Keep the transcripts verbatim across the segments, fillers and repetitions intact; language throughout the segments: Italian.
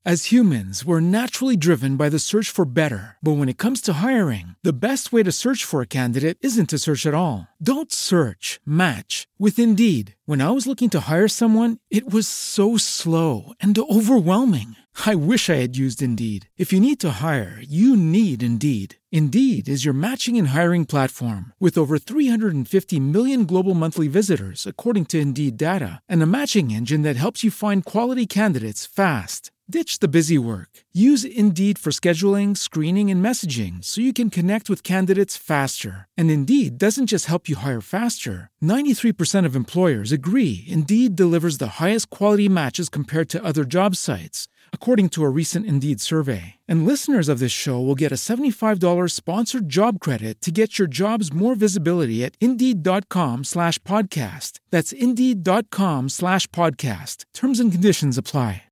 As humans, we're naturally driven by the search for better. But when it comes to hiring, the best way to search for a candidate isn't to search at all. Don't search, match with Indeed. When I was looking to hire someone, it was so slow and overwhelming. I wish I had used Indeed. If you need to hire, you need Indeed. Indeed is your matching and hiring platform with over three hundred fifty million global monthly visitors, according to Indeed data, and a matching engine that helps you find quality candidates fast. Ditch the busy work. Use Indeed for scheduling, screening, and messaging so you can connect with candidates faster. And Indeed doesn't just help you hire faster. ninety-three percent of employers agree Indeed delivers the highest quality matches compared to other job sites, according to a recent Indeed survey. And listeners of this show will get a seventy-five dollars sponsored job credit to get your jobs more visibility at Indeed.com slash podcast. That's Indeed.com slash podcast. Terms and conditions apply.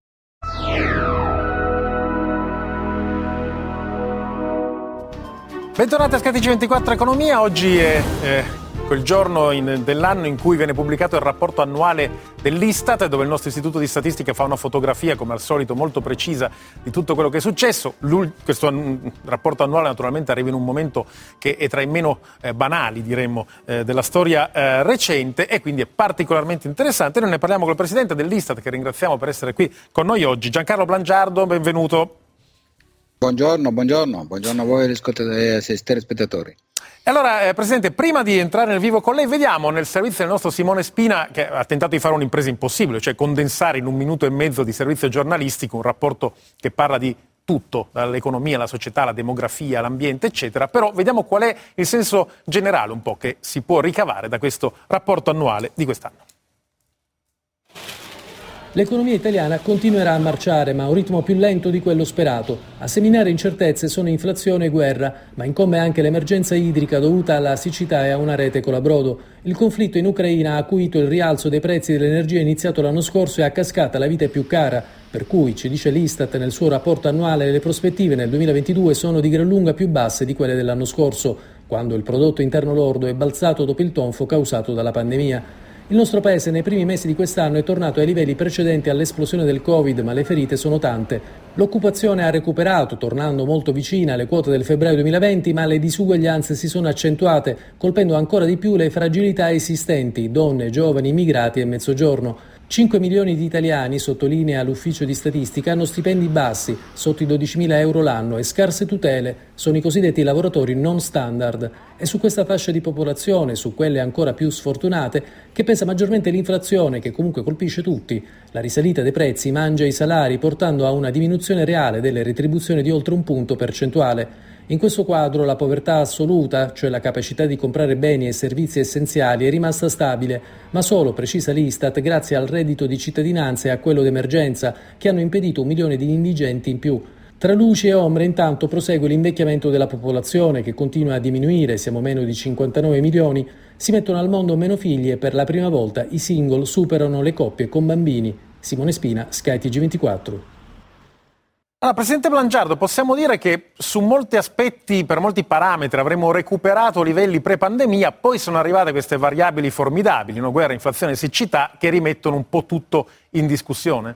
Bentornati a Sky T G ventiquattro Economia. Oggi è eh, quel giorno in, dell'anno in cui viene pubblicato il rapporto annuale dell'Istat, dove il nostro istituto di statistica fa una fotografia, come al solito, molto precisa di tutto quello che è successo. L'ul- questo an- rapporto annuale naturalmente arriva in un momento che è tra i meno eh, banali, diremmo, eh, della storia eh, recente, e quindi è particolarmente interessante. Noi ne parliamo col presidente dell'Istat, che ringraziamo per essere qui con noi oggi, Giancarlo Blangiardo. Benvenuto. Buongiorno, buongiorno, buongiorno a voi telespettatori. E allora, eh, Presidente, prima di entrare nel vivo con lei, vediamo nel servizio del nostro Simone Spina, che ha tentato di fare un'impresa impossibile, cioè condensare in un minuto e mezzo di servizio giornalistico un rapporto che parla di tutto, dall'economia, alla società, alla demografia, all'ambiente, eccetera. Però vediamo qual è il senso generale un po' che si può ricavare da questo rapporto annuale di quest'anno. L'economia italiana continuerà a marciare, ma a un ritmo più lento di quello sperato. A seminare incertezze sono inflazione e guerra, ma incombe anche l'emergenza idrica dovuta alla siccità e a una rete colabrodo. Il conflitto in Ucraina ha acuito il rialzo dei prezzi dell'energia iniziato l'anno scorso e a cascata la vita è più cara, per cui, ci dice l'Istat nel suo rapporto annuale, le prospettive nel duemilaventidue sono di gran lunga più basse di quelle dell'anno scorso, quando il prodotto interno lordo è balzato dopo il tonfo causato dalla pandemia. Il nostro paese nei primi mesi di quest'anno è tornato ai livelli precedenti all'esplosione del Covid, ma le ferite sono tante. L'occupazione ha recuperato, tornando molto vicina alle quote del febbraio duemilaventi, ma le disuguaglianze si sono accentuate, colpendo ancora di più le fragilità esistenti, donne, giovani, immigrati e mezzogiorno. cinque milioni di italiani, sottolinea l'ufficio di statistica, hanno stipendi bassi, sotto i dodicimila euro l'anno, e scarse tutele, sono i cosiddetti lavoratori non standard. È su questa fascia di popolazione, su quelle ancora più sfortunate, che pesa maggiormente l'inflazione, che comunque colpisce tutti. La risalita dei prezzi mangia i salari, portando a una diminuzione reale delle retribuzioni di oltre un punto percentuale. In questo quadro la povertà assoluta, cioè la capacità di comprare beni e servizi essenziali, è rimasta stabile, ma solo, precisa l'Istat, grazie al reddito di cittadinanza e a quello d'emergenza, che hanno impedito un milione di indigenti in più. Tra luci e ombre intanto prosegue l'invecchiamento della popolazione, che continua a diminuire, siamo meno di cinquantanove milioni, si mettono al mondo meno figli e per la prima volta i single superano le coppie con bambini. Simone Spina, Sky T G ventiquattro. Allora, Presidente Blangiardo, possiamo dire che su molti aspetti, per molti parametri, avremmo recuperato livelli pre-pandemia, poi sono arrivate queste variabili formidabili, no? Guerra, inflazione e siccità, che rimettono un po' tutto in discussione?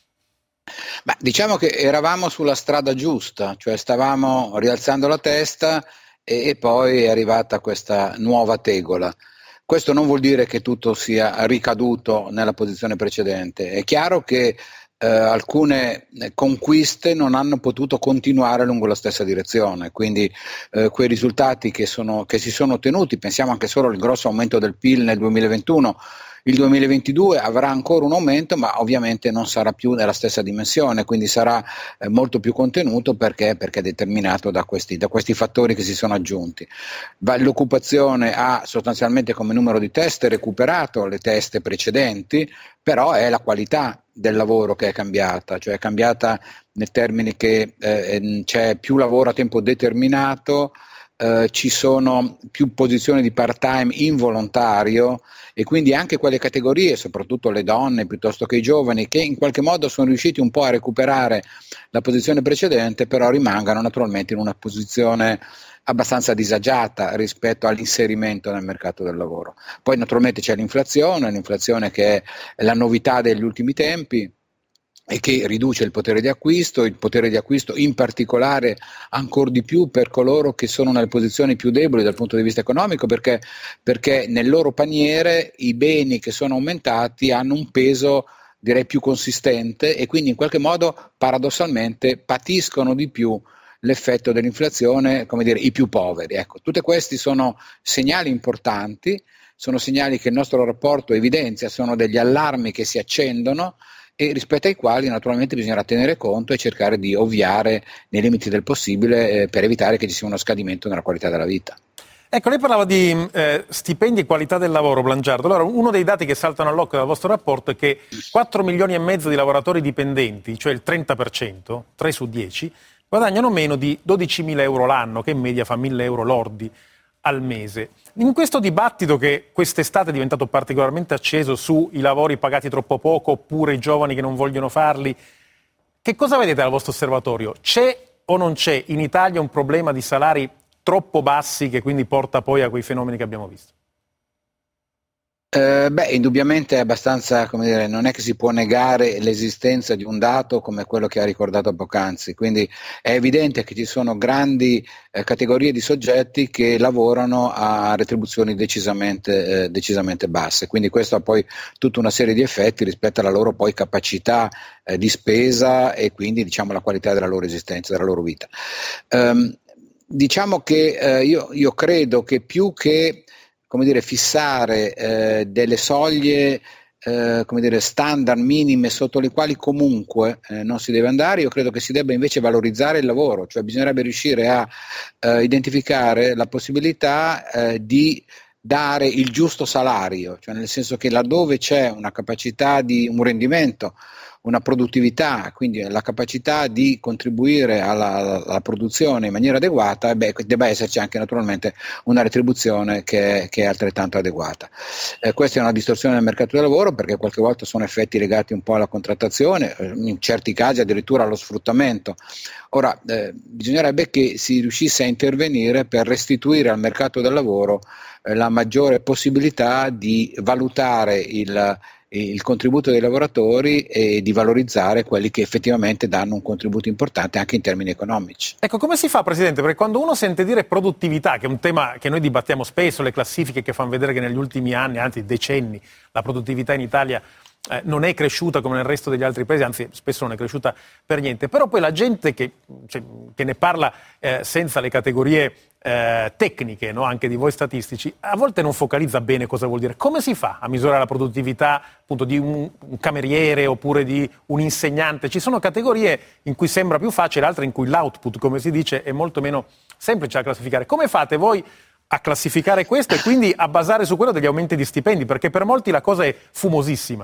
Beh, diciamo che eravamo sulla strada giusta, cioè stavamo rialzando la testa e, e poi è arrivata questa nuova tegola. Questo non vuol dire che tutto sia ricaduto nella posizione precedente. È chiaro che Eh, alcune conquiste non hanno potuto continuare lungo la stessa direzione, quindi eh, quei risultati che, sono, che si sono ottenuti, pensiamo anche solo al grosso aumento del P I L nel duemilaventuno, il duemilaventidue avrà ancora un aumento, ma ovviamente non sarà più nella stessa dimensione, quindi sarà eh, molto più contenuto perché, perché è determinato da questi, da questi fattori che si sono aggiunti. L'occupazione ha sostanzialmente come numero di teste recuperato le teste precedenti, però è la qualità del lavoro che è cambiata, cioè è cambiata nel termine che eh, c'è più lavoro a tempo determinato, eh, ci sono più posizioni di part-time involontario e quindi anche quelle categorie, soprattutto le donne piuttosto che i giovani, che in qualche modo sono riusciti un po' a recuperare la posizione precedente, però rimangano naturalmente in una posizione abbastanza disagiata rispetto all'inserimento nel mercato del lavoro. Poi naturalmente c'è l'inflazione, l'inflazione che è la novità degli ultimi tempi, e che riduce il potere di acquisto, il potere di acquisto in particolare ancora di più per coloro che sono nelle posizioni più deboli dal punto di vista economico, perché, perché nel loro paniere i beni che sono aumentati hanno un peso direi più consistente e quindi in qualche modo paradossalmente patiscono di più l'effetto dell'inflazione, come dire, i più poveri. Ecco, tutti questi sono segnali importanti, sono segnali che il nostro rapporto evidenzia, sono degli allarmi che si accendono e rispetto ai quali naturalmente bisognerà tenere conto e cercare di ovviare nei limiti del possibile eh, per evitare che ci sia uno scadimento nella qualità della vita. Ecco, lei parlava di eh, stipendi e qualità del lavoro, Blangiardo. Allora, uno dei dati che saltano all'occhio dal vostro rapporto è che quattro milioni e mezzo di lavoratori dipendenti, cioè il trenta per cento, tre su dieci, guadagnano meno di dodicimila euro l'anno, che in media fa mille euro lordi al mese. In questo dibattito che quest'estate è diventato particolarmente acceso sui lavori pagati troppo poco oppure i giovani che non vogliono farli, che cosa vedete dal vostro osservatorio? C'è o non c'è in Italia un problema di salari troppo bassi che quindi porta poi a quei fenomeni che abbiamo visto? Eh, beh, indubbiamente è abbastanza, come dire, non è che si può negare l'esistenza di un dato come quello che ha ricordato poc'anzi, quindi è evidente che ci sono grandi eh, categorie di soggetti che lavorano a retribuzioni decisamente, eh, decisamente basse, quindi questo ha poi tutta una serie di effetti rispetto alla loro poi capacità eh, di spesa e quindi diciamo la qualità della loro esistenza, della loro vita. Um, diciamo che eh, io, io credo che più che come dire, fissare eh, delle soglie eh, come dire, standard minime sotto le quali comunque eh, non si deve andare, io credo che si debba invece valorizzare il lavoro, cioè bisognerebbe riuscire a eh, identificare la possibilità eh, di dare il giusto salario, cioè nel senso che laddove c'è una capacità di un rendimento, una produttività, quindi la capacità di contribuire alla, alla produzione in maniera adeguata, beh, debba esserci anche naturalmente una retribuzione che, che è altrettanto adeguata. Eh, questa è una distorsione del mercato del lavoro perché qualche volta sono effetti legati un po' alla contrattazione, in certi casi addirittura allo sfruttamento. Ora, eh, bisognerebbe che si riuscisse a intervenire per restituire al mercato del lavoro eh, la maggiore possibilità di valutare il il contributo dei lavoratori e di valorizzare quelli che effettivamente danno un contributo importante anche in termini economici. Ecco, come si fa, Presidente? Perché quando uno sente dire produttività, che è un tema che noi dibattiamo spesso, le classifiche che fanno vedere che negli ultimi anni, anzi decenni, la produttività in Italia eh, non è cresciuta come nel resto degli altri paesi, anzi spesso non è cresciuta per niente, però poi la gente che, cioè, che ne parla eh, senza le categorie Eh, tecniche, no? Anche di voi statistici, a volte non focalizza bene cosa vuol dire. Come si fa a misurare la produttività appunto di un, un cameriere oppure di un insegnante? Ci sono categorie in cui sembra più facile, altre in cui l'output, come si dice, è molto meno semplice da classificare. Come fate voi a classificare questo e quindi a basare su quello degli aumenti di stipendi? Perché per molti la cosa è fumosissima.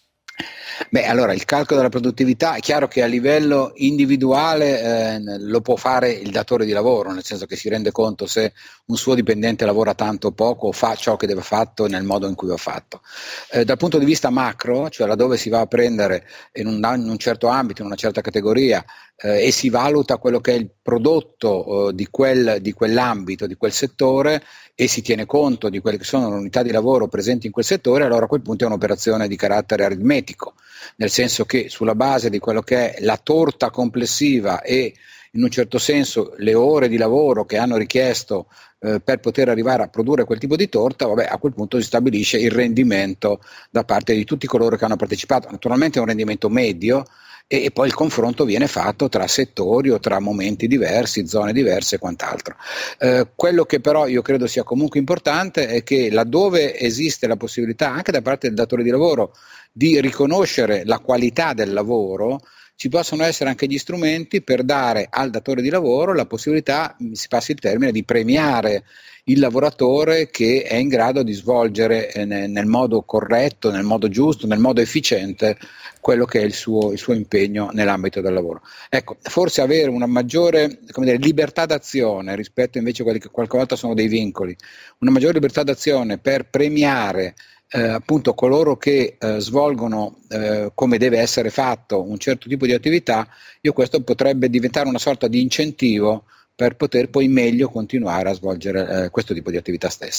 Beh, allora il calcolo della produttività è chiaro che a livello individuale eh, lo può fare il datore di lavoro, nel senso che si rende conto se un suo dipendente lavora tanto o poco o fa ciò che deve fatto nel modo in cui va fatto. Eh, dal punto di vista macro, cioè laddove si va a prendere in un, in un certo ambito, in una certa categoria eh, e si valuta quello che è il prodotto eh, di, quel, di quell'ambito, di quel settore e si tiene conto di quelle che sono le unità di lavoro presenti in quel settore, allora a quel punto è un'operazione di carattere aritmetico, nel senso che sulla base di quello che è la torta complessiva e in un certo senso le ore di lavoro che hanno richiesto eh, per poter arrivare a produrre quel tipo di torta, vabbè, a quel punto si stabilisce il rendimento da parte di tutti coloro che hanno partecipato. Naturalmente è un rendimento medio e, e poi il confronto viene fatto tra settori o tra momenti diversi, zone diverse e quant'altro. Eh, quello che però io credo sia comunque importante è che laddove esiste la possibilità anche da parte del datore di lavoro di riconoscere la qualità del lavoro, ci possono essere anche gli strumenti per dare al datore di lavoro la possibilità, si passi il termine, di premiare il lavoratore che è in grado di svolgere eh, nel modo corretto, nel modo giusto, nel modo efficiente quello che è il suo, il suo impegno nell'ambito del lavoro. Ecco, forse avere una maggiore, come dire, libertà d'azione rispetto invece a quelli che qualche volta sono dei vincoli, una maggiore libertà d'azione per premiare Eh, appunto coloro che eh, svolgono eh, come deve essere fatto un certo tipo di attività, io questo potrebbe diventare una sorta di incentivo per poter poi meglio continuare a svolgere eh, questo tipo di attività stesse.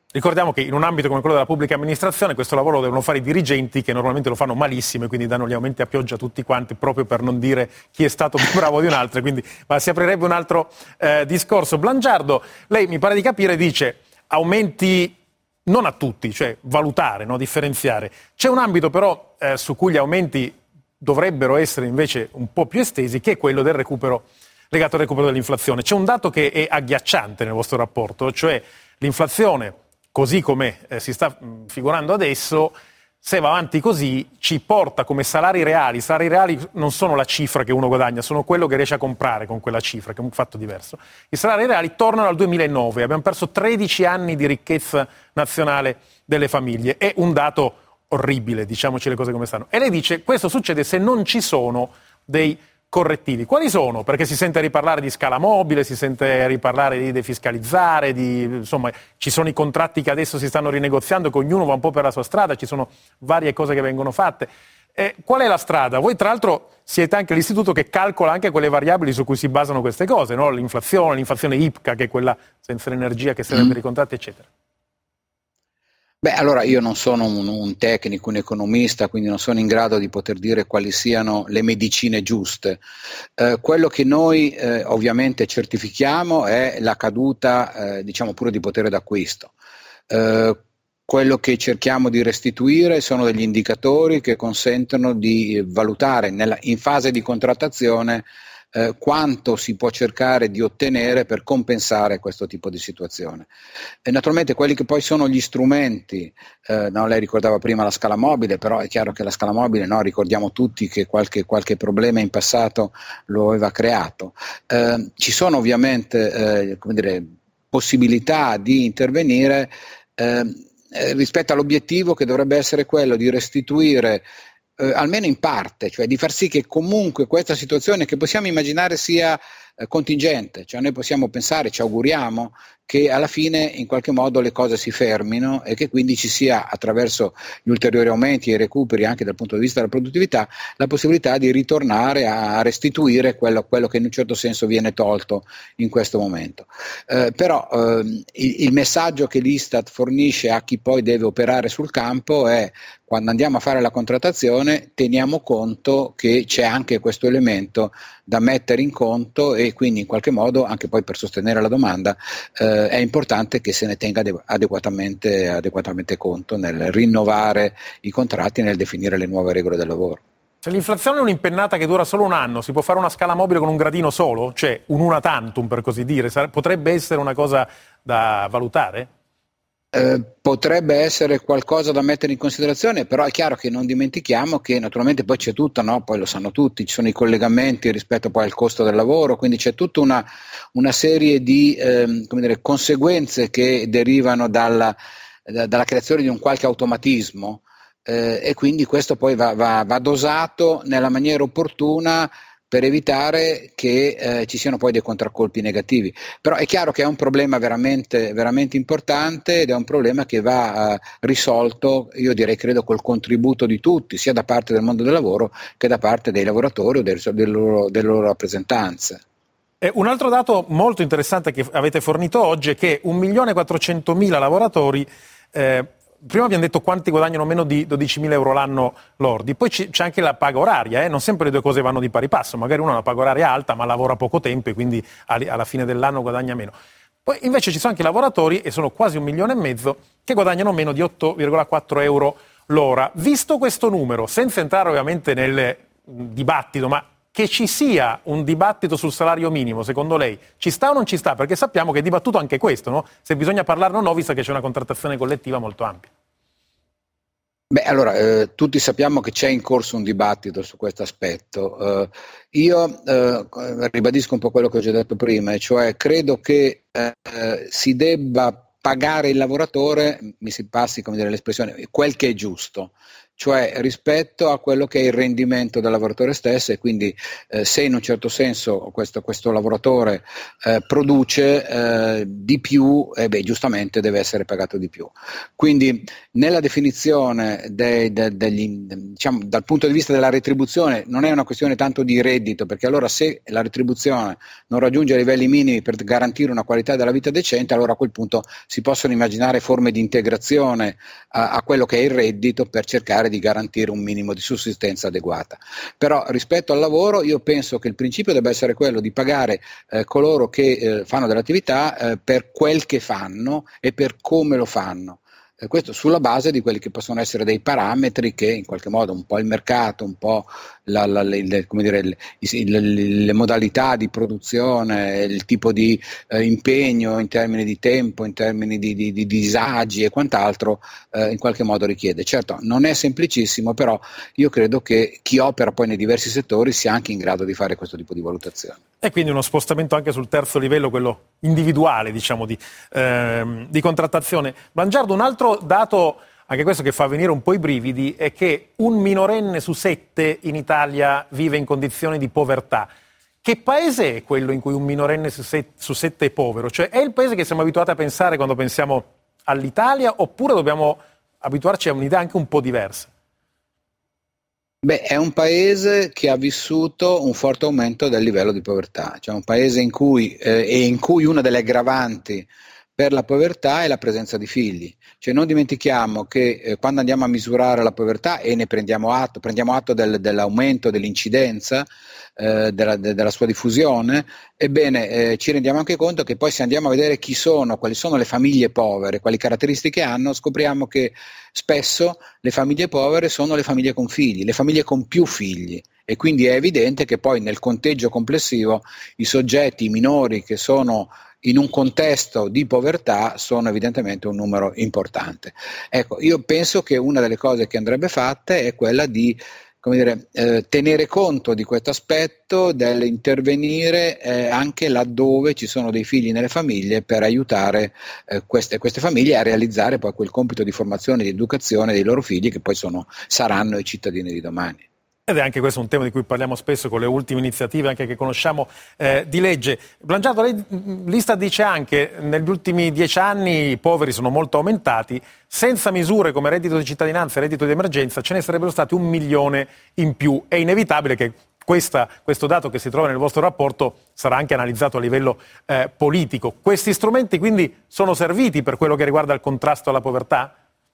Ricordiamo che in un ambito come quello della pubblica amministrazione questo lavoro lo devono fare i dirigenti, che normalmente lo fanno malissimo e quindi danno gli aumenti a pioggia a tutti quanti, proprio per non dire chi è stato più bravo di un altro, quindi ma si aprirebbe un altro eh, discorso. Blangiardo, lei mi pare di capire dice aumenti non a tutti, cioè valutare, no? Differenziare. C'è un ambito però eh, su cui gli aumenti dovrebbero essere invece un po' più estesi, che è quello del recupero, legato al recupero dell'inflazione. C'è un dato che è agghiacciante nel vostro rapporto, cioè l'inflazione, così come eh, si sta mh, figurando adesso, se va avanti così ci porta come salari reali. I salari reali non sono la cifra che uno guadagna, sono quello che riesce a comprare con quella cifra, che è un fatto diverso. I salari reali tornano al duemilanove, abbiamo perso tredici anni di ricchezza nazionale delle famiglie. È un dato orribile, diciamoci le cose come stanno. E lei dice questo succede se non ci sono dei correttivi. Quali sono? Perché si sente riparlare di scala mobile, si sente riparlare di defiscalizzare, di, insomma, ci sono i contratti che adesso si stanno rinegoziando, che ognuno va un po' per la sua strada, ci sono varie cose che vengono fatte. Eh, qual è la strada? Voi tra l'altro siete anche l'istituto che calcola anche quelle variabili su cui si basano queste cose, no? L'inflazione, l'inflazione I P C A, che è quella senza l'energia che serve mm. per i contratti, eccetera. Beh, allora io non sono un, un tecnico, un economista, quindi non sono in grado di poter dire quali siano le medicine giuste. Eh, quello che noi eh, ovviamente certifichiamo è la caduta, eh, diciamo pure di potere d'acquisto. Eh, quello che cerchiamo di restituire sono degli indicatori che consentono di valutare nella, in fase di contrattazione Eh, quanto si può cercare di ottenere per compensare questo tipo di situazione. E naturalmente quelli che poi sono gli strumenti, eh, no, lei ricordava prima la scala mobile, però è chiaro che la scala mobile, no, ricordiamo tutti che qualche, qualche problema in passato lo aveva creato. Eh, ci sono ovviamente eh, come dire, possibilità di intervenire eh, rispetto all'obiettivo che dovrebbe essere quello di restituire Eh, almeno in parte, cioè di far sì che comunque questa situazione, che possiamo immaginare sia eh, contingente, cioè noi possiamo pensare, ci auguriamo che alla fine in qualche modo le cose si fermino e che quindi ci sia, attraverso gli ulteriori aumenti e i recuperi anche dal punto di vista della produttività, la possibilità di ritornare a restituire quello, quello che in un certo senso viene tolto in questo momento. Eh, però eh, il, il messaggio che l'Istat fornisce a chi poi deve operare sul campo è: quando andiamo a fare la contrattazione teniamo conto che c'è anche questo elemento da mettere in conto, e quindi in qualche modo anche poi per sostenere la domanda eh, è importante che se ne tenga adeguatamente, adeguatamente conto nel rinnovare i contratti e nel definire le nuove regole del lavoro. Se l'inflazione è un'impennata che dura solo un anno, si può fare una scala mobile con un gradino solo? Cioè un una tantum, per così dire? Potrebbe essere una cosa da valutare? Eh, potrebbe essere qualcosa da mettere in considerazione, però è chiaro che non dimentichiamo che naturalmente poi c'è tutto, no? Poi lo sanno tutti, ci sono i collegamenti rispetto poi al costo del lavoro, quindi c'è tutta una, una serie di ehm, come dire, conseguenze che derivano dalla, da, dalla creazione di un qualche automatismo eh, e quindi questo poi va, va, va dosato nella maniera opportuna per evitare che eh, ci siano poi dei contraccolpi negativi. Però è chiaro che è un problema veramente, veramente importante ed è un problema che va eh, risolto, io direi credo col contributo di tutti, sia da parte del mondo del lavoro che da parte dei lavoratori o dei, delle, loro, delle loro rappresentanze. Eh, un altro dato molto interessante che avete fornito oggi è che un milione e quattrocentomila lavoratori eh, prima abbiamo detto quanti guadagnano meno di dodicimila euro l'anno lordi, poi c'è anche la paga oraria, eh? Non sempre le due cose vanno di pari passo, magari uno ha una paga oraria alta ma lavora poco tempo e quindi alla fine dell'anno guadagna meno. Poi invece ci sono anche lavoratori, e sono quasi un milione e mezzo, che guadagnano meno di otto virgola quattro euro l'ora. Visto questo numero, senza entrare ovviamente nel dibattito, ma che ci sia un dibattito sul salario minimo, secondo lei, ci sta o non ci sta? Perché sappiamo che è dibattuto anche questo, no? Se bisogna parlarne o no, visto che c'è una contrattazione collettiva molto ampia. Beh, allora, eh, tutti sappiamo che c'è in corso un dibattito su questo aspetto. Eh, io eh, ribadisco un po' quello che ho già detto prima, e cioè credo che eh, si debba pagare il lavoratore, mi si passi come dire l'espressione, quel che è giusto. cioè rispetto a quello che è il rendimento del lavoratore stesso, e quindi eh, se in un certo senso questo, questo lavoratore eh, produce eh, di più, eh beh, giustamente deve essere pagato di più. Quindi nella definizione dei, de, degli, diciamo, dal punto di vista della retribuzione non è una questione tanto di reddito, perché allora se la retribuzione non raggiunge i livelli minimi per garantire una qualità della vita decente, allora a quel punto si possono immaginare forme di integrazione a, a quello che è il reddito per cercare di garantire un minimo di sussistenza adeguata. Però rispetto al lavoro io penso che il principio debba essere quello di pagare eh, coloro che eh, fanno dell'attività eh, per quel che fanno e per come lo fanno. Eh, questo sulla base di quelli che possono essere dei parametri che in qualche modo un po' il mercato, un po' la, la, le, come dire, le, le, le modalità di produzione, il tipo di eh, impegno in termini di tempo, in termini di, di, di disagi e quant'altro eh, in qualche modo richiede. Certo, non è semplicissimo, però io credo che chi opera poi nei diversi settori sia anche in grado di fare questo tipo di valutazione. E quindi uno spostamento anche sul terzo livello, quello individuale, diciamo, di, ehm, di contrattazione. Mangiardo, un altro dato, anche questo che fa venire un po' i brividi, è che un minorenne su sette in Italia vive in condizioni di povertà. Che paese è quello in cui un minorenne su sette, su sette è povero? Cioè è il paese che siamo abituati a pensare quando pensiamo all'Italia, oppure dobbiamo abituarci a un'idea anche un po' diversa? Beh, è un paese che ha vissuto un forte aumento del livello di povertà, cioè un paese in cui, eh, e in cui una delle aggravanti per la povertà è la presenza di figli. Cioè non dimentichiamo che eh, quando andiamo a misurare la povertà e ne prendiamo atto, prendiamo atto del, dell'aumento dell'incidenza, eh, della, de, della sua diffusione, ebbene eh, ci rendiamo anche conto che poi se andiamo a vedere chi sono, quali sono le famiglie povere, quali caratteristiche hanno, scopriamo che spesso le famiglie povere sono le famiglie con figli, le famiglie con più figli. E quindi è evidente che poi nel conteggio complessivo i soggetti, i minori che sono in un contesto di povertà sono evidentemente un numero importante. Ecco, io penso che una delle cose che andrebbe fatte è quella di, come dire, eh, tenere conto di questo aspetto, dell'intervenire eh, anche laddove ci sono dei figli nelle famiglie per aiutare eh, queste, queste famiglie a realizzare poi quel compito di formazione e di educazione dei loro figli che poi sono, saranno i cittadini di domani. Ed è anche questo un tema di cui parliamo spesso con le ultime iniziative anche che conosciamo eh, di legge. Blangiardo, lei, l'Istat dice anche che negli ultimi dieci anni i poveri sono molto aumentati, senza misure come reddito di cittadinanza e reddito di emergenza ce ne sarebbero stati un milione in più. È inevitabile che questa, questo dato che si trova nel vostro rapporto sarà anche analizzato a livello eh, politico. Questi strumenti quindi sono serviti per quello che riguarda il contrasto alla povertà?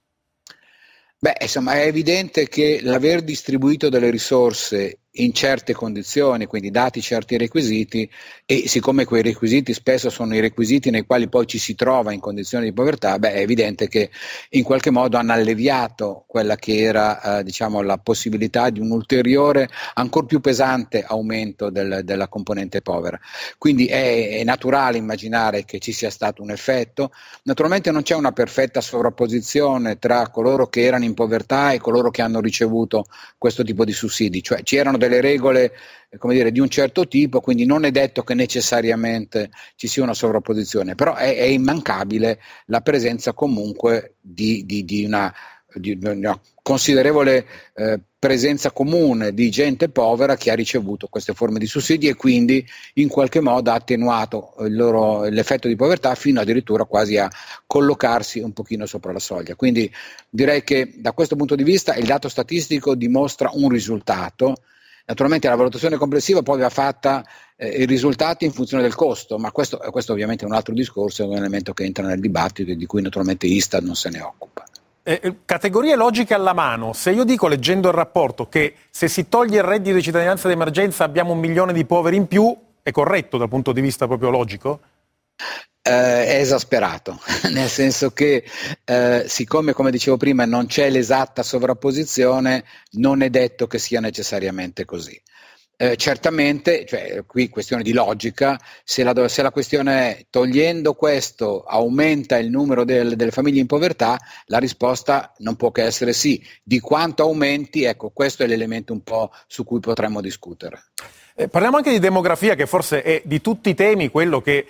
Beh, insomma, è evidente che l'aver distribuito delle risorse in certe condizioni, quindi dati certi requisiti, e siccome quei requisiti spesso sono i requisiti nei quali poi ci si trova in condizioni di povertà, beh, è evidente che in qualche modo hanno alleviato quella che era eh, diciamo la possibilità di un ulteriore, ancor più pesante aumento del, della componente povera. Quindi è, è naturale immaginare che ci sia stato un effetto. Naturalmente non c'è una perfetta sovrapposizione tra coloro che erano in povertà e coloro che hanno ricevuto questo tipo di sussidi, cioè ci erano delle regole, come dire, di un certo tipo, quindi non è detto che necessariamente ci sia una sovrapposizione, però è, è immancabile la presenza comunque di, di, di, una, di una considerevole eh, presenza comune di gente povera che ha ricevuto queste forme di sussidi e quindi in qualche modo ha attenuato il loro, l'effetto di povertà fino addirittura quasi a collocarsi un pochino sopra la soglia. Quindi direi che da questo punto di vista il dato statistico dimostra un risultato. Naturalmente la valutazione complessiva poi va fatta eh, i risultati in funzione del costo, ma questo, questo ovviamente è un altro discorso, è un elemento che entra nel dibattito e di cui naturalmente Istat non se ne occupa. Eh, categorie logiche alla mano, se io dico leggendo il rapporto che se si toglie il reddito di cittadinanza d'emergenza abbiamo un milione di poveri in più, è corretto dal punto di vista proprio logico? Eh, è esasperato, nel senso che eh, siccome, come dicevo prima, non c'è l'esatta sovrapposizione, non è detto che sia necessariamente così. Eh, certamente, cioè, qui questione di logica, se la, se la questione è togliendo questo aumenta il numero del, delle famiglie in povertà, la risposta non può che essere sì. Di quanto aumenti, ecco, questo è l'elemento un po' su cui potremmo discutere. Eh, parliamo anche di demografia, che forse è di tutti i temi quello che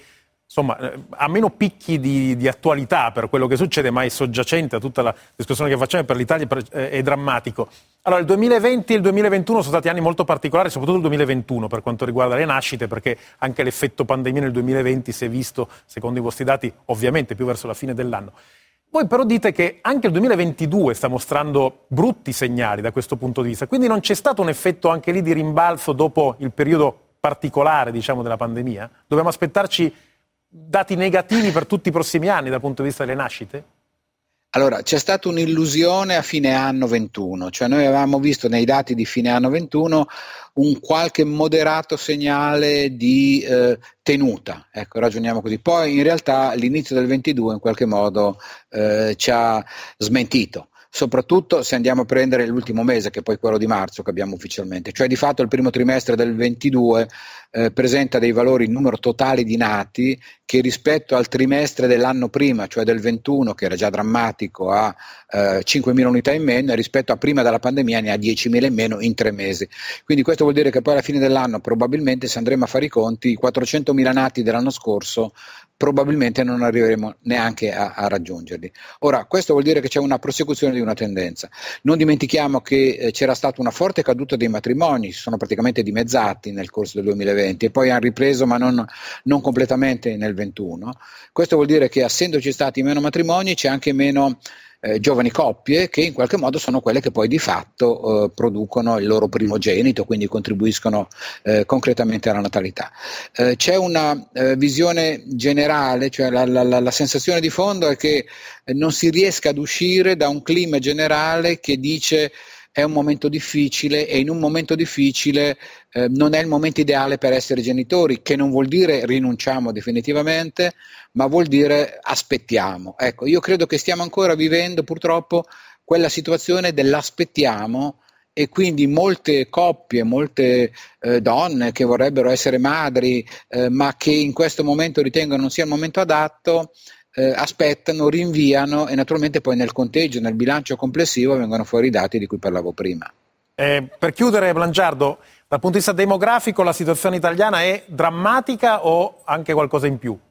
insomma, ha meno picchi di, di attualità per quello che succede, ma è soggiacente a tutta la discussione che facciamo, per l'Italia è, è drammatico. Allora, il duemilaventi e il duemilaventuno sono stati anni molto particolari, soprattutto il duemilaventuno per quanto riguarda le nascite, perché anche l'effetto pandemia nel duemilaventi si è visto, secondo i vostri dati, ovviamente più verso la fine dell'anno. Voi però dite che anche il duemilaventidue sta mostrando brutti segnali da questo punto di vista, quindi non c'è stato un effetto anche lì di rimbalzo dopo il periodo particolare, diciamo, della pandemia? Dobbiamo aspettarci dati negativi per tutti i prossimi anni dal punto di vista delle nascite? Allora, c'è stata un'illusione a fine anno ventuno, cioè noi avevamo visto nei dati di fine anno ventuno un qualche moderato segnale di eh, tenuta, ecco, ragioniamo così. Poi in realtà l'inizio del ventidue in qualche modo eh, ci ha smentito. Soprattutto se andiamo a prendere l'ultimo mese, che è poi quello di marzo che abbiamo ufficialmente, cioè di fatto il primo trimestre del ventidue eh, presenta dei valori in numero totale di nati che rispetto al trimestre dell'anno prima, cioè del ventuno, che era già drammatico, ha eh, cinquemila unità in meno, e rispetto a prima della pandemia ne ha diecimila in meno in tre mesi. Quindi questo vuol dire che poi alla fine dell'anno probabilmente, se andremo a fare i conti, i quattrocentomila nati dell'anno scorso probabilmente non arriveremo neanche a, a raggiungerli. Ora, questo vuol dire che c'è una prosecuzione di una tendenza. Non dimentichiamo che eh, c'era stata una forte caduta dei matrimoni, si sono praticamente dimezzati nel corso del duemilaventi e poi hanno ripreso, ma non, non completamente nel ventuno. Questo vuol dire che, essendoci stati meno matrimoni, c'è anche meno Eh, giovani coppie, che in qualche modo sono quelle che poi di fatto eh, producono il loro primogenito, quindi contribuiscono eh, concretamente alla natalità. Eh, c'è una eh, visione generale, cioè la, la, la, la sensazione di fondo è che eh, non si riesca ad uscire da un clima generale che dice è un momento difficile, e in un momento difficile eh, non è il momento ideale per essere genitori, che non vuol dire rinunciamo definitivamente, ma vuol dire aspettiamo. Ecco, io credo che stiamo ancora vivendo purtroppo quella situazione dell'aspettiamo, e quindi molte coppie, molte eh, donne che vorrebbero essere madri, eh, ma che in questo momento ritengono non sia il momento adatto, Eh, aspettano, rinviano, e naturalmente poi nel conteggio, nel bilancio complessivo vengono fuori i dati di cui parlavo prima. Eh, per chiudere, Blangiardo, dal punto di vista demografico la situazione italiana è drammatica o anche qualcosa in più?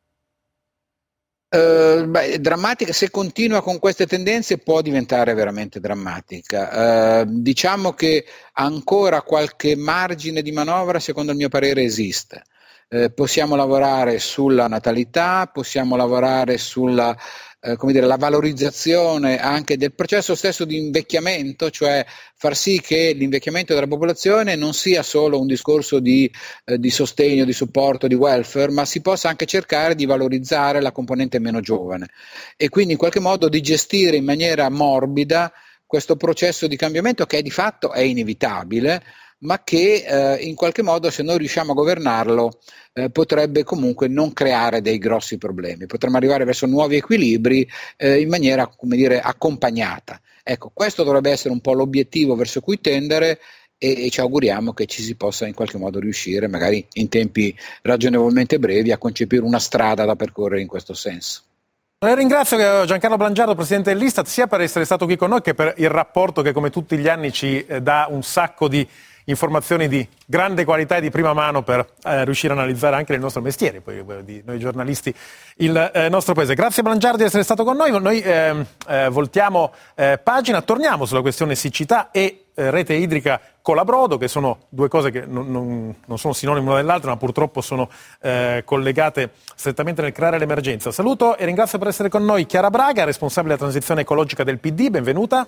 Uh, beh, drammatica, se continua con queste tendenze può diventare veramente drammatica. Uh, diciamo che ancora qualche margine di manovra, secondo il mio parere, esiste. Eh, possiamo lavorare sulla natalità, possiamo lavorare sulla eh, come dire, la valorizzazione anche del processo stesso di invecchiamento, cioè far sì che l'invecchiamento della popolazione non sia solo un discorso di, eh, di sostegno, di supporto, di welfare, ma si possa anche cercare di valorizzare la componente meno giovane, e quindi in qualche modo di gestire in maniera morbida questo processo di cambiamento che di fatto è inevitabile, ma che eh, in qualche modo, se noi riusciamo a governarlo, eh, potrebbe comunque non creare dei grossi problemi. Potremmo arrivare verso nuovi equilibri eh, in maniera, come dire, accompagnata. Ecco, questo dovrebbe essere un po' l'obiettivo verso cui tendere, e, e ci auguriamo che ci si possa in qualche modo riuscire, magari in tempi ragionevolmente brevi, a concepire una strada da percorrere in questo senso. Le ringrazio Giancarlo Blangiardo, Presidente dell'Istat, sia per essere stato qui con noi che per il rapporto che come tutti gli anni ci eh, dà un sacco di informazioni di grande qualità e di prima mano per eh, riuscire a analizzare anche il nostro mestiere, poi di noi giornalisti, il eh, nostro paese. Grazie Blangiardo di essere stato con noi. Noi eh, eh, voltiamo eh, pagina, torniamo sulla questione siccità e eh, rete idrica Colabrodo, che sono due cose che non, non, non sono sinonime l'una dell'altra, ma purtroppo sono eh, collegate strettamente nel creare l'emergenza. Saluto e ringrazio per essere con noi Chiara Braga, responsabile della transizione ecologica del P D, benvenuta.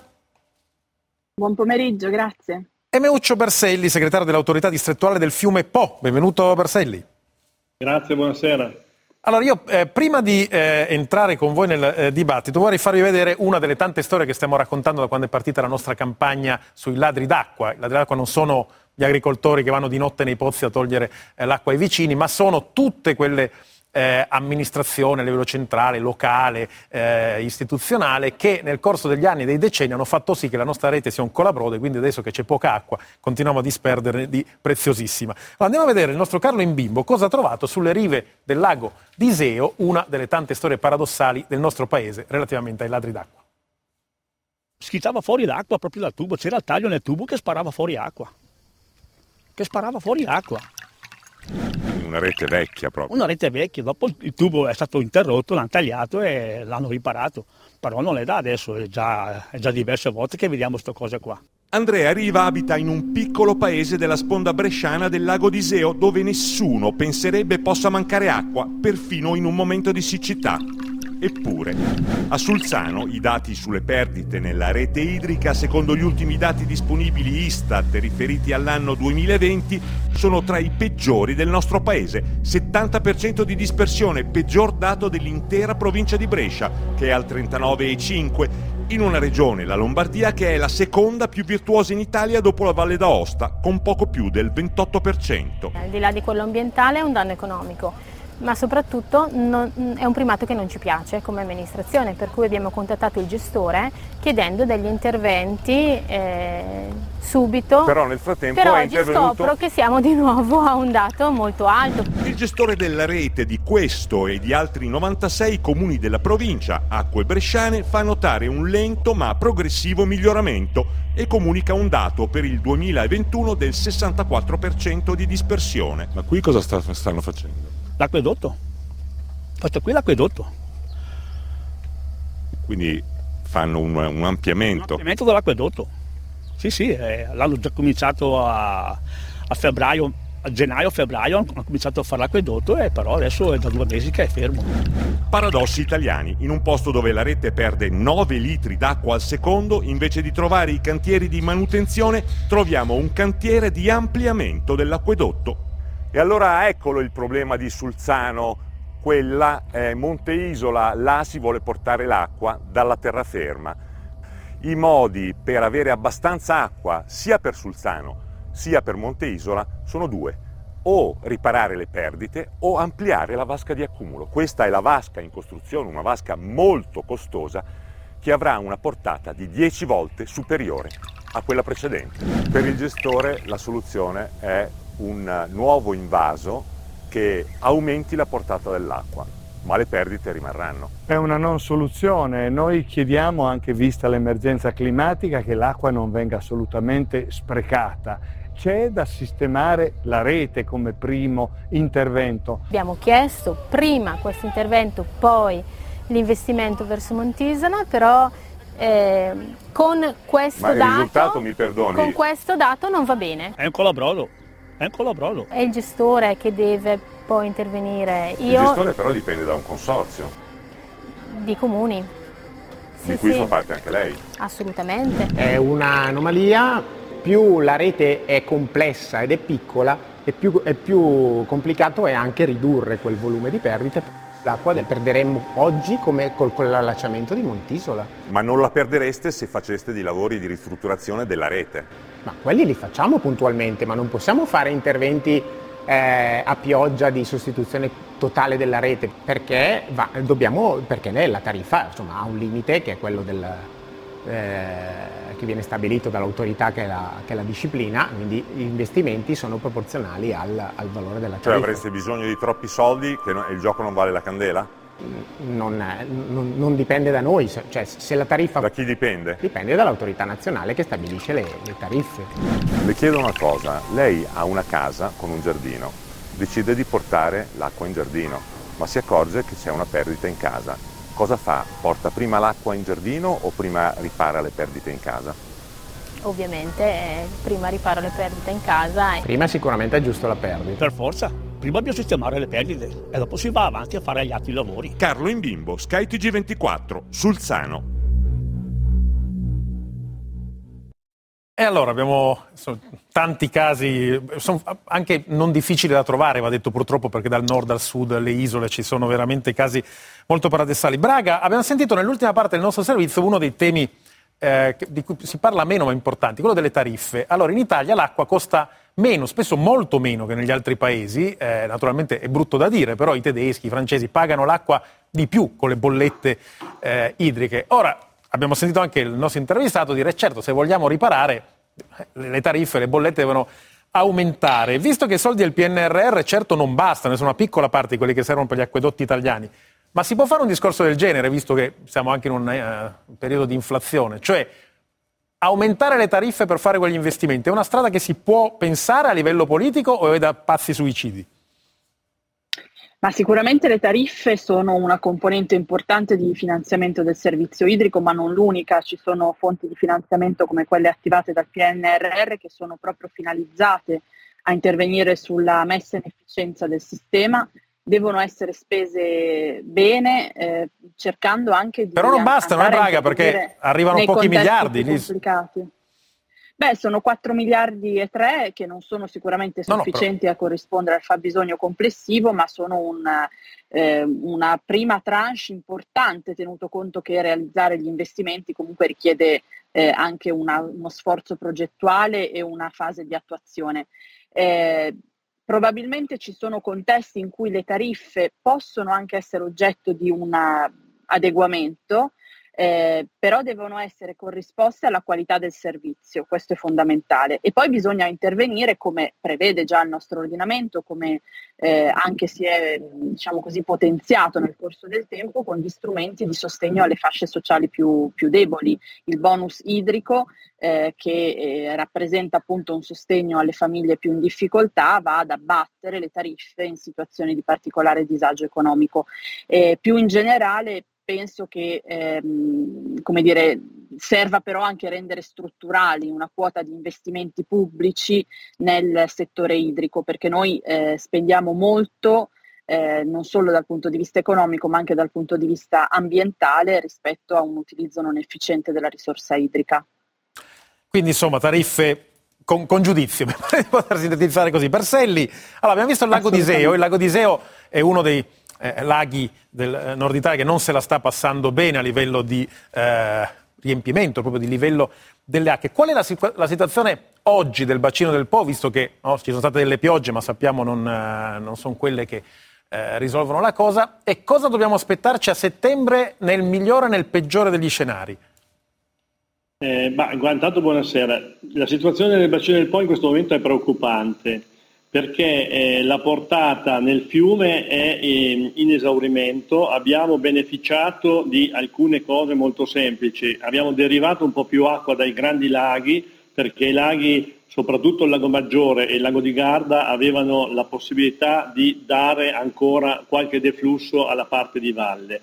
Buon pomeriggio, grazie. E Meuccio Berselli, segretario dell'autorità distrettuale del fiume Po. Benvenuto Berselli. Grazie, buonasera. Allora io eh, prima di eh, entrare con voi nel eh, dibattito vorrei farvi vedere una delle tante storie che stiamo raccontando da quando è partita la nostra campagna sui ladri d'acqua. I ladri d'acqua non sono gli agricoltori che vanno di notte nei pozzi a togliere eh, l'acqua ai vicini, ma sono tutte quelle Eh, amministrazione a livello centrale, locale, eh, istituzionale, che nel corso degli anni e dei decenni hanno fatto sì che la nostra rete sia un colabrodo, e quindi adesso che c'è poca acqua continuiamo a disperderne di preziosissima. Allora, andiamo a vedere il nostro Carlo Imbimbo cosa ha trovato sulle rive del lago di Iseo, una delle tante storie paradossali del nostro paese relativamente ai ladri d'acqua. Schizzava fuori l'acqua proprio dal tubo, c'era il taglio nel tubo che sparava fuori acqua, che sparava fuori acqua. una rete vecchia proprio. Una rete vecchia, dopo il tubo è stato interrotto, l'hanno tagliato e l'hanno riparato. Però non è da adesso, è già, è già diverse volte che vediamo queste cose qua. Andrea Riva abita in un piccolo paese della sponda bresciana del lago d'Iseo dove nessuno penserebbe possa mancare acqua, perfino in un momento di siccità. Eppure, a Sulzano i dati sulle perdite nella rete idrica, secondo gli ultimi dati disponibili Istat riferiti all'anno duemilaventi, sono tra i peggiori del nostro paese. settanta per cento di dispersione, peggior dato dell'intera provincia di Brescia, che è al trentanove virgola cinque per cento, in una regione, la Lombardia, che è la seconda più virtuosa in Italia dopo la Valle d'Aosta, con poco più del ventotto per cento. Al di là di quello ambientale è un danno economico, ma soprattutto non, è un primato che non ci piace come amministrazione, per cui abbiamo contattato il gestore chiedendo degli interventi eh, subito. Però nel frattempo Però è oggi intervenuto... scopro che siamo di nuovo a un dato molto alto. Il gestore della rete di questo e di altri novantasei comuni della provincia, Acque Bresciane, fa notare un lento ma progressivo miglioramento e comunica un dato per il duemilaventuno del sessantaquattro per cento di dispersione. Ma qui cosa sta, stanno facendo? L'acquedotto. Questo qui è l'acquedotto. Quindi fanno un, un ampliamento. Un ampliamento dell'acquedotto. Sì, sì, eh, l'hanno già cominciato a, a febbraio, a gennaio-febbraio hanno cominciato a fare l'acquedotto, e però adesso è da due mesi che è fermo. Paradossi italiani. In un posto dove la rete perde nove litri d'acqua al secondo, invece di trovare i cantieri di manutenzione, troviamo un cantiere di ampliamento dell'acquedotto. E allora eccolo il problema di Sulzano, quella è Monte Isola, là si vuole portare l'acqua dalla terraferma. I modi per avere abbastanza acqua sia per Sulzano sia per Monte Isola sono due: o riparare le perdite o ampliare la vasca di accumulo. Questa è la vasca in costruzione, una vasca molto costosa che avrà una portata di dieci volte superiore a quella precedente. Per il gestore la soluzione è un nuovo invaso che aumenti la portata dell'acqua, ma le perdite rimarranno. È una non soluzione. Noi chiediamo, anche vista l'emergenza climatica, che l'acqua non venga assolutamente sprecata. C'è da sistemare la rete come primo intervento. Abbiamo chiesto prima questo intervento, poi l'investimento verso Montisola, però eh, con questo Ma il dato risultato, mi perdoni, con questo dato non va bene. È un colabrodo. È un colabrodo. È il gestore che deve poi intervenire. Io... Il gestore però dipende da un consorzio. Di comuni. Sì, di cui sì. fa parte anche lei. Assolutamente. È un'anomalia, più la rete è complessa ed è piccola, e più, è più complicato è anche ridurre quel volume di perdite. L'acqua la perderemmo oggi come col, con l'allacciamento di Montisola. Ma non la perdereste se faceste dei lavori di ristrutturazione della rete. Ma quelli li facciamo puntualmente, ma non possiamo fare interventi eh, a pioggia di sostituzione totale della rete, perché, va, dobbiamo, perché la tariffa insomma, ha un limite che è quello del, eh, che viene stabilito dall'autorità che la, che la disciplina, quindi gli investimenti sono proporzionali al, al valore della tariffa. Cioè avreste bisogno di troppi soldi che no, il gioco non vale la candela? Non, non, non dipende da noi, cioè se la tariffa... Da chi dipende? Dipende dall'autorità nazionale che stabilisce le, le tariffe. Le chiedo una cosa, lei ha una casa con un giardino, decide di portare l'acqua in giardino, ma si accorge che c'è una perdita in casa. Cosa fa? Porta prima l'acqua in giardino o prima ripara le perdite in casa? Ovviamente eh, prima riparo le perdite in casa. E... Prima sicuramente è giusto la perdita. Per forza. Prima bisogna sistemare le perdite e dopo si va avanti a fare gli altri lavori. Carlo Imbimbo, Sky T G ventiquattro, Sulzano. E allora abbiamo insomma, tanti casi, sono anche non difficili da trovare, va detto purtroppo, perché dal nord al sud, alle isole, ci sono veramente casi molto paradossali. Braga, abbiamo sentito nell'ultima parte del nostro servizio uno dei temi eh, di cui si parla meno ma importanti, quello delle tariffe. Allora, in Italia l'acqua costa meno, spesso molto meno che negli altri paesi, eh, naturalmente è brutto da dire, però i tedeschi, i francesi pagano l'acqua di più con le bollette eh, idriche. Ora, abbiamo sentito anche il nostro intervistato dire, certo, se vogliamo riparare, le tariffe, le bollette devono aumentare. Visto che i soldi del P N R R certo non bastano, sono una piccola parte di quelli che servono per gli acquedotti italiani, ma si può fare un discorso del genere, visto che siamo anche in un uh, periodo di inflazione, cioè aumentare le tariffe per fare quegli investimenti è una strada che si può pensare a livello politico o è da pazzi suicidi? Ma sicuramente le tariffe sono una componente importante di finanziamento del servizio idrico, ma non l'unica. Ci sono fonti di finanziamento come quelle attivate dal P N R R che sono proprio finalizzate a intervenire sulla messa in efficienza del sistema. Devono essere spese bene, eh, cercando anche di... Però non bastano, eh, Braga, perché arrivano pochi miliardi. Complicati. Beh, sono quattro miliardi e tre che non sono sicuramente sufficienti no, no, a corrispondere al fabbisogno complessivo, ma sono una, eh, una prima tranche importante, tenuto conto che realizzare gli investimenti comunque richiede eh, anche una, uno sforzo progettuale e una fase di attuazione. Eh, probabilmente ci sono contesti in cui le tariffe possono anche essere oggetto di un adeguamento, Eh, però devono essere corrisposte alla qualità del servizio, questo è fondamentale. E poi bisogna intervenire, come prevede già il nostro ordinamento, come eh, anche si è, diciamo così, potenziato nel corso del tempo, con gli strumenti di sostegno alle fasce sociali più, più deboli. Il bonus idrico, eh, che eh, rappresenta appunto un sostegno alle famiglie più in difficoltà, va ad abbattere le tariffe in situazioni di particolare disagio economico. Eh, più in generale, penso che ehm, come dire, serva però anche rendere strutturali una quota di investimenti pubblici nel settore idrico, perché noi eh, spendiamo molto eh, non solo dal punto di vista economico ma anche dal punto di vista ambientale rispetto a un utilizzo non efficiente della risorsa idrica. Quindi insomma tariffe con, con giudizio, per poter sintetizzare così. Berselli, allora abbiamo visto il lago di Iseo, il lago di Iseo è uno dei Eh, laghi del eh, nord Italia che non se la sta passando bene a livello di eh, riempimento, proprio di livello delle acque. Qual è la, la situazione oggi del bacino del Po, visto che no, ci sono state delle piogge, ma sappiamo non, eh, non sono quelle che eh, risolvono la cosa, e cosa dobbiamo aspettarci a settembre nel migliore e nel peggiore degli scenari? Eh, bah, intanto buonasera. La situazione del bacino del Po in questo momento è preoccupante, perché eh, la portata nel fiume è eh, in esaurimento. Abbiamo beneficiato di alcune cose molto semplici, abbiamo derivato un po' più acqua dai grandi laghi, perché i laghi, soprattutto il Lago Maggiore e il Lago di Garda, avevano la possibilità di dare ancora qualche deflusso alla parte di valle.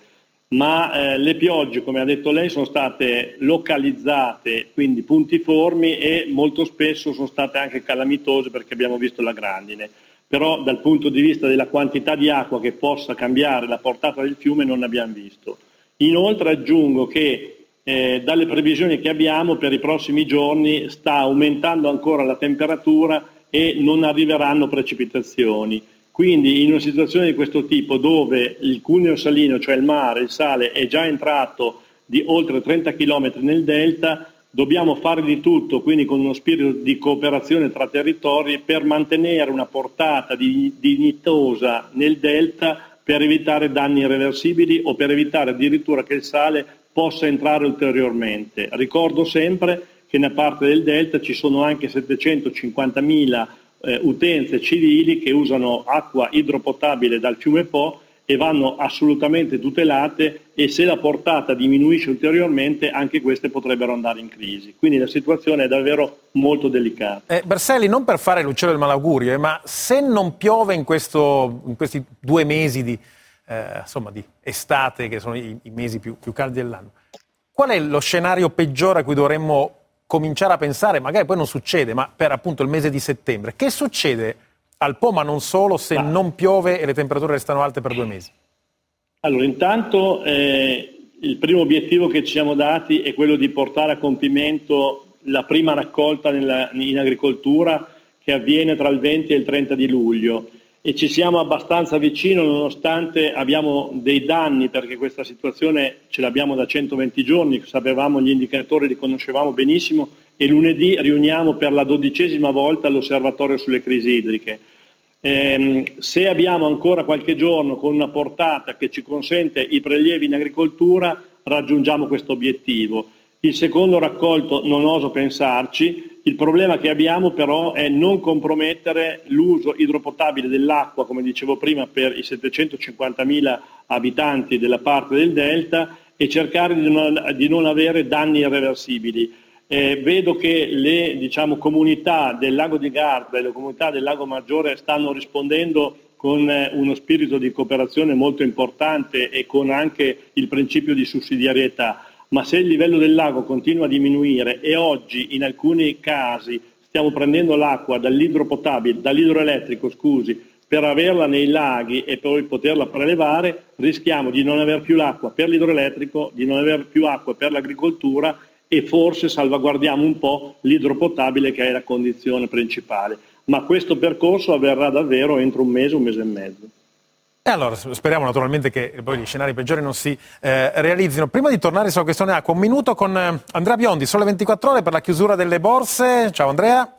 Ma eh, le piogge, come ha detto lei, sono state localizzate, quindi puntiformi, e molto spesso sono state anche calamitose, perché abbiamo visto la grandine. Però dal punto di vista della quantità di acqua che possa cambiare la portata del fiume non ne abbiamo visto. Inoltre aggiungo che eh, dalle previsioni che abbiamo per i prossimi giorni sta aumentando ancora la temperatura e non arriveranno precipitazioni. Quindi in una situazione di questo tipo, dove il cuneo salino, cioè il mare, il sale, è già entrato di oltre trenta chilometri nel delta, dobbiamo fare di tutto, quindi con uno spirito di cooperazione tra territori, per mantenere una portata di, dignitosa nel delta, per evitare danni irreversibili o per evitare addirittura che il sale possa entrare ulteriormente. Ricordo sempre che nella parte del delta ci sono anche settecentocinquantamila Eh, utenze civili che usano acqua idropotabile dal fiume Po e vanno assolutamente tutelate, e se la portata diminuisce ulteriormente anche queste potrebbero andare in crisi. Quindi la situazione è davvero molto delicata. Eh, Berselli, non per fare l'uccello del malaugurio, eh, ma se non piove in, questo, in questi due mesi di, eh, insomma, di estate, che sono i, i mesi più, più caldi dell'anno, qual è lo scenario peggiore a cui dovremmo cominciare a pensare? Magari poi non succede, ma per appunto il mese di settembre. Che succede al Po, ma non solo, se ah. non piove e le temperature restano alte per due mesi? Allora, intanto eh, il primo obiettivo che ci siamo dati è quello di portare a compimento la prima raccolta nella, in agricoltura, che avviene tra il venti e il trenta di luglio. E ci siamo abbastanza vicino, nonostante abbiamo dei danni, perché questa situazione ce l'abbiamo da centoventi giorni, sapevamo gli indicatori, li conoscevamo benissimo, e lunedì riuniamo per la dodicesima volta l'osservatorio sulle crisi idriche. Eh, se abbiamo ancora qualche giorno con una portata che ci consente i prelievi in agricoltura, raggiungiamo questo obiettivo. Il secondo raccolto non oso pensarci. Il problema che abbiamo però è non compromettere l'uso idropotabile dell'acqua, come dicevo prima, per i settecentocinquantamila abitanti della parte del delta, e cercare di non, di non avere danni irreversibili. Eh, vedo che le diciamo, comunità del lago di Garda e le comunità del lago Maggiore stanno rispondendo con uno spirito di cooperazione molto importante e con anche il principio di sussidiarietà, ma se il livello del lago continua a diminuire e oggi in alcuni casi stiamo prendendo l'acqua dall'idropotabile, dall'idroelettrico, scusi, per averla nei laghi e poi poterla prelevare, rischiamo di non aver più l'acqua per l'idroelettrico, di non aver più acqua per l'agricoltura e forse salvaguardiamo un po' l'idropotabile che è la condizione principale. Ma questo percorso avverrà davvero entro un mese, un mese e mezzo. E allora speriamo naturalmente che poi gli scenari peggiori non si eh, realizzino. Prima di tornare sulla questione acqua, un minuto con eh, Andrea Biondi, Sole ventiquattro Ore per la chiusura delle borse. Ciao Andrea.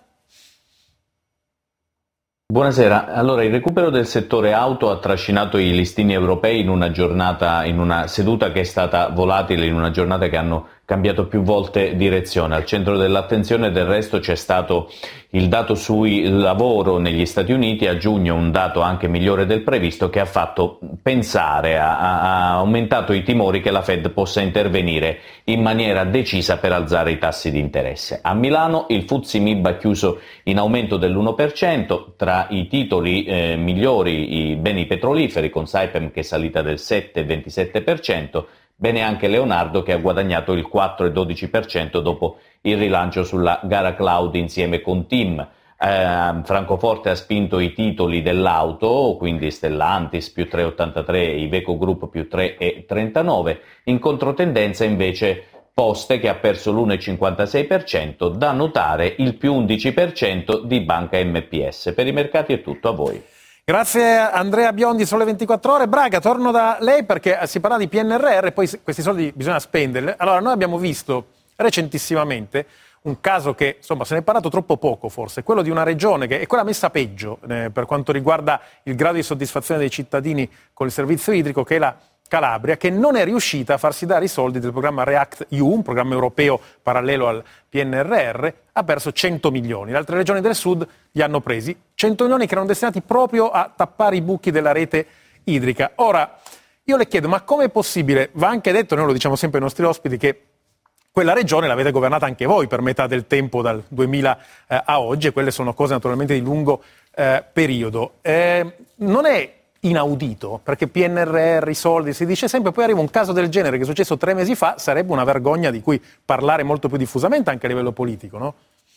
Buonasera. Allora, il recupero del settore auto ha trascinato i listini europei in una giornata, in una seduta che è stata volatile, in una giornata che hanno cambiato più volte direzione. Al centro dell'attenzione del resto c'è stato il dato sul lavoro negli Stati Uniti, a giugno un dato anche migliore del previsto che ha fatto pensare, ha, ha aumentato i timori che la Fed possa intervenire in maniera decisa per alzare i tassi di interesse. A Milano il F T S E M I B ha chiuso in aumento dell'uno per cento, tra i titoli eh, migliori i beni petroliferi con Saipem che è salita del sette virgola ventisette per cento, bene anche Leonardo che ha guadagnato il quattro virgola dodici per cento dopo il rilancio sulla gara cloud insieme con T I M. Eh, Francoforte ha spinto i titoli dell'auto, quindi Stellantis più tre virgola ottantatré, Iveco Group più tre virgola trentanove. In controtendenza invece Poste che ha perso l'uno virgola cinquantasei per cento, da notare il più undici per cento di Banca M P S. Per i mercati è tutto, a voi. Grazie Andrea Biondi, Sole ventiquattro Ore. Braga, torno da lei perché si parla di P N R R, poi questi soldi bisogna spenderli. Allora, noi abbiamo visto recentissimamente un caso che, insomma, se ne è parlato troppo poco forse, quello di una regione che è quella messa peggio eh, per quanto riguarda il grado di soddisfazione dei cittadini con il servizio idrico, che è la Calabria, che non è riuscita a farsi dare i soldi del programma React E U, un programma europeo parallelo al P N R R, ha perso cento milioni. Le altre regioni del sud li hanno presi, cento milioni che erano destinati proprio a tappare i buchi della rete idrica. Ora, io le chiedo, ma com'è possibile? Va anche detto, noi lo diciamo sempre ai nostri ospiti, che quella regione l'avete governata anche voi per metà del tempo, dal duemila eh, a oggi, e quelle sono cose naturalmente di lungo eh, periodo. Eh, non è inaudito, perché P N R R, i soldi, si dice sempre, poi arriva un caso del genere che è successo tre mesi fa, sarebbe una vergogna di cui parlare molto più diffusamente anche a livello politico, no?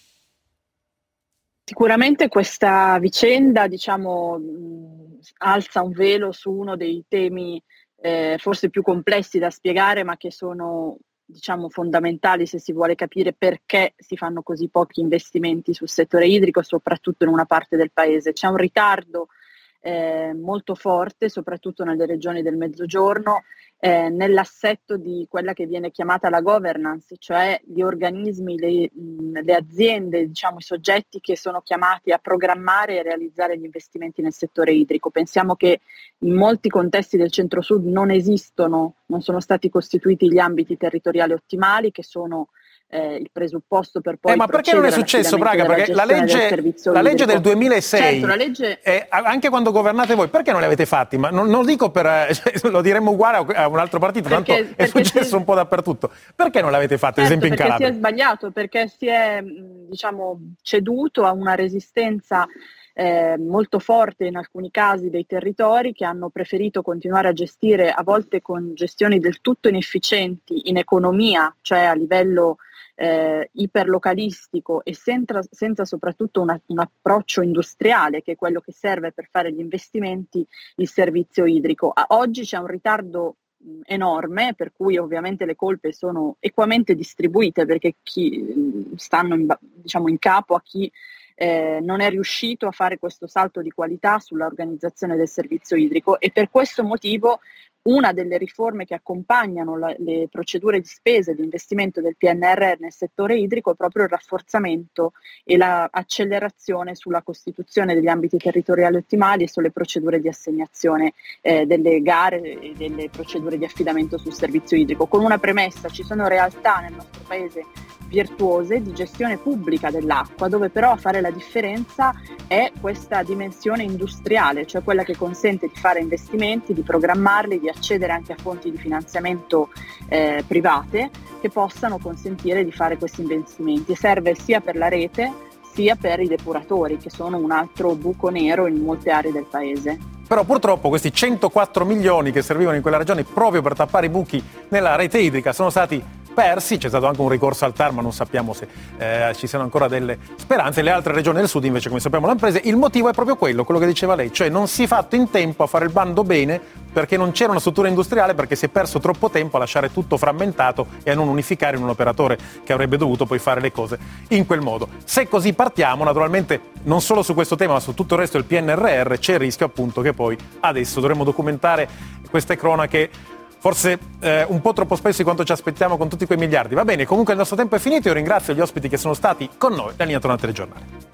Sicuramente questa vicenda, diciamo, alza un velo su uno dei temi eh, forse più complessi da spiegare, ma che sono, diciamo, fondamentali se si vuole capire perché si fanno così pochi investimenti sul settore idrico, soprattutto in una parte del paese. C'è un ritardo Eh, molto forte, soprattutto nelle regioni del Mezzogiorno, eh, nell'assetto di quella che viene chiamata la governance, cioè gli organismi, le, mh, le aziende, diciamo i soggetti che sono chiamati a programmare e realizzare gli investimenti nel settore idrico. Pensiamo che in molti contesti del centro-sud non esistono, non sono stati costituiti gli ambiti territoriali ottimali, che sono Eh, il presupposto per poi eh, ma perché non è successo, Braga? Perché la legge, del la legge del duemilasei, certo, la legge... eh, anche quando governate voi, perché non li avete fatti? Ma non, non lo dico per eh, lo diremmo uguale a un altro partito, perché, tanto è successo si... un po' dappertutto. Perché non l'avete fatto, certo, ad esempio in Calabria? Perché si è sbagliato, perché si è, diciamo, ceduto a una resistenza Eh, molto forte in alcuni casi dei territori, che hanno preferito continuare a gestire, a volte con gestioni del tutto inefficienti in economia, cioè a livello eh, iperlocalistico, e senza, senza soprattutto una, un approccio industriale, che è quello che serve per fare gli investimenti, il servizio idrico. A oggi c'è un ritardo mh, enorme, per cui ovviamente le colpe sono equamente distribuite, perché chi mh, stanno in, diciamo, in capo a chi Eh, non è riuscito a fare questo salto di qualità sulla organizzazione del servizio idrico, e per questo motivo una delle riforme che accompagnano la, le procedure di spesa e di investimento del P N R R nel settore idrico è proprio il rafforzamento e l'accelerazione sulla costituzione degli ambiti territoriali ottimali e sulle procedure di assegnazione eh, delle gare e delle procedure di affidamento sul servizio idrico. Con una premessa: ci sono realtà nel nostro paese virtuose di gestione pubblica dell'acqua, dove però a fare la differenza è questa dimensione industriale, cioè quella che consente di fare investimenti, di programmarli, di accedere anche a fonti di finanziamento eh, private che possano consentire di fare questi investimenti. E serve sia per la rete sia per i depuratori, che sono un altro buco nero in molte aree del paese. Però purtroppo questi centoquattro milioni che servivano in quella regione proprio per tappare i buchi nella rete idrica sono stati persi. C'è stato anche un ricorso al T A R, ma non sappiamo se eh, ci siano ancora delle speranze. Le altre regioni del sud invece, come sappiamo, l'hanno prese. Il motivo è proprio quello, quello che diceva lei, cioè non si è fatto in tempo a fare il bando bene perché non c'era una struttura industriale, perché si è perso troppo tempo a lasciare tutto frammentato e a non unificare in un operatore che avrebbe dovuto poi fare le cose in quel modo. Se così partiamo, naturalmente non solo su questo tema ma su tutto il resto del P N R R c'è il rischio appunto che poi adesso dovremo documentare queste cronache forse eh, un po' troppo spesso di quanto ci aspettiamo con tutti quei miliardi. Va bene, comunque il nostro tempo è finito. Io ringrazio gli ospiti che sono stati con noi. La linea torna al telegiornale.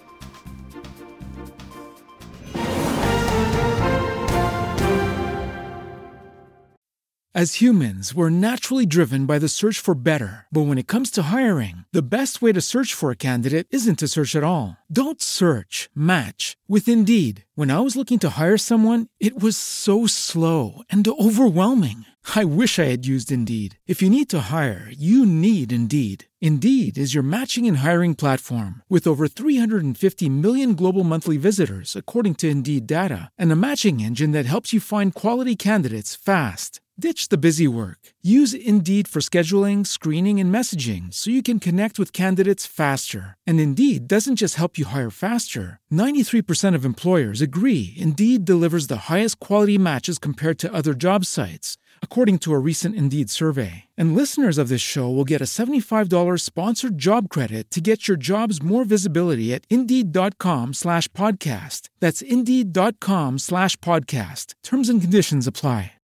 As humans, we're naturally driven by the search for better. But when it comes to hiring, the best way to search for a candidate isn't to search at all. Don't search, match with Indeed. When I was looking to hire someone, it was so slow and overwhelming. I wish I had used Indeed. If you need to hire, you need Indeed. Indeed is your matching and hiring platform with over three hundred fifty million global monthly visitors, according to Indeed data, and a matching engine that helps you find quality candidates fast. Ditch the busy work. Use Indeed for scheduling, screening, and messaging so you can connect with candidates faster. And Indeed doesn't just help you hire faster. ninety-three percent of employers agree Indeed delivers the highest quality matches compared to other job sites, according to a recent Indeed survey. And listeners of this show will get a seventy-five dollars sponsored job credit to get your jobs more visibility at Indeed.com slash podcast. That's Indeed.com slash podcast. Terms and conditions apply.